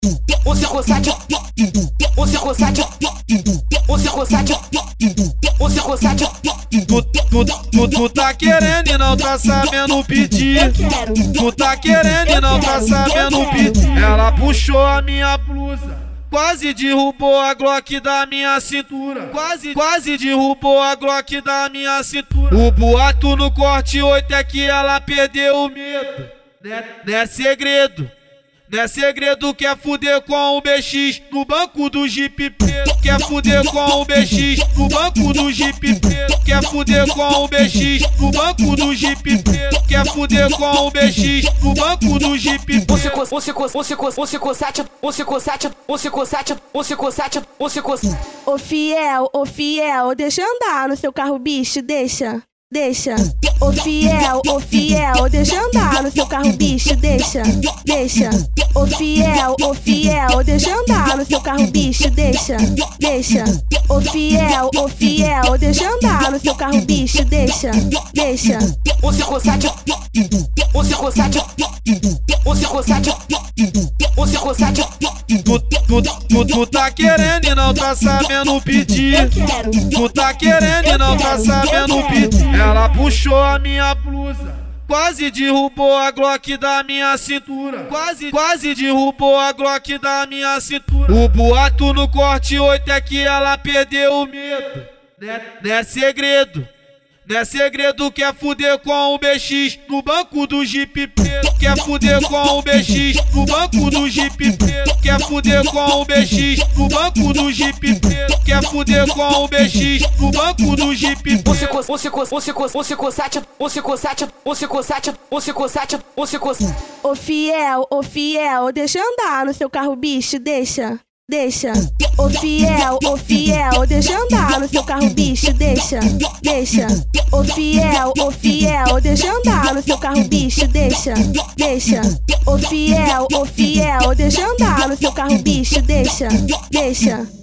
Você coçate, você coçate, você coçate, você coçate. Tu tá querendo e não tá sabendo pedir. Tu tá querendo e não tá sabendo pedir. Ela puxou a minha blusa, quase derrubou a Glock da minha cintura. Quase derrubou a Glock da minha cintura. O boato no corte 8 é que ela perdeu o medo. Não é segredo. Não é segredo, quer fuder com o BX no banco do Jeep preto. Quer fuder com o BX no banco do Jeep preto. Quer fuder com o BX no banco do Jeep preto. Quer fuder com o BX no banco do Jeep preto. Você coçate, você coçate, você coçate, você coçate, você coçate. Ô fiel, deixa andar no seu carro, bicho, deixa. Ô fiel, deixa andar no seu carro, bicho, deixa. Ô fiel, deixa andar no seu carro, bicho, deixa. Ô fiel, deixa andar no seu carro, bicho, deixa. Você coçate, você coçate, você coçate, você coçate. Tu tá querendo e não tá sabendo pedir. Tu tá querendo e não tá sabendo pedir. Ela puxou a minha blusa, quase derrubou a Glock da minha cintura. Quase derrubou a Glock da minha cintura. O boato no corte 8 é que ela perdeu o medo. Não é segredo. Não é segredo, quer fuder com o BX no banco do Jeep preto. Quer fuder com o BX no banco do Jeep preto. Quer fuder com o BX no banco do Jeep preto. Quer fuder com o BX no banco do Jeep preto. Você coçate, você coçate, você coçate, você coçate, você coçate. Ô fiel, deixa andar no seu carro, bicho, deixa. Ô fiel, deixa andar no seu carro, bicho, deixa. Ô fiel, deixa andar no seu carro, bicho, deixa. Ô fiel, deixa andar no seu carro, bicho, deixa.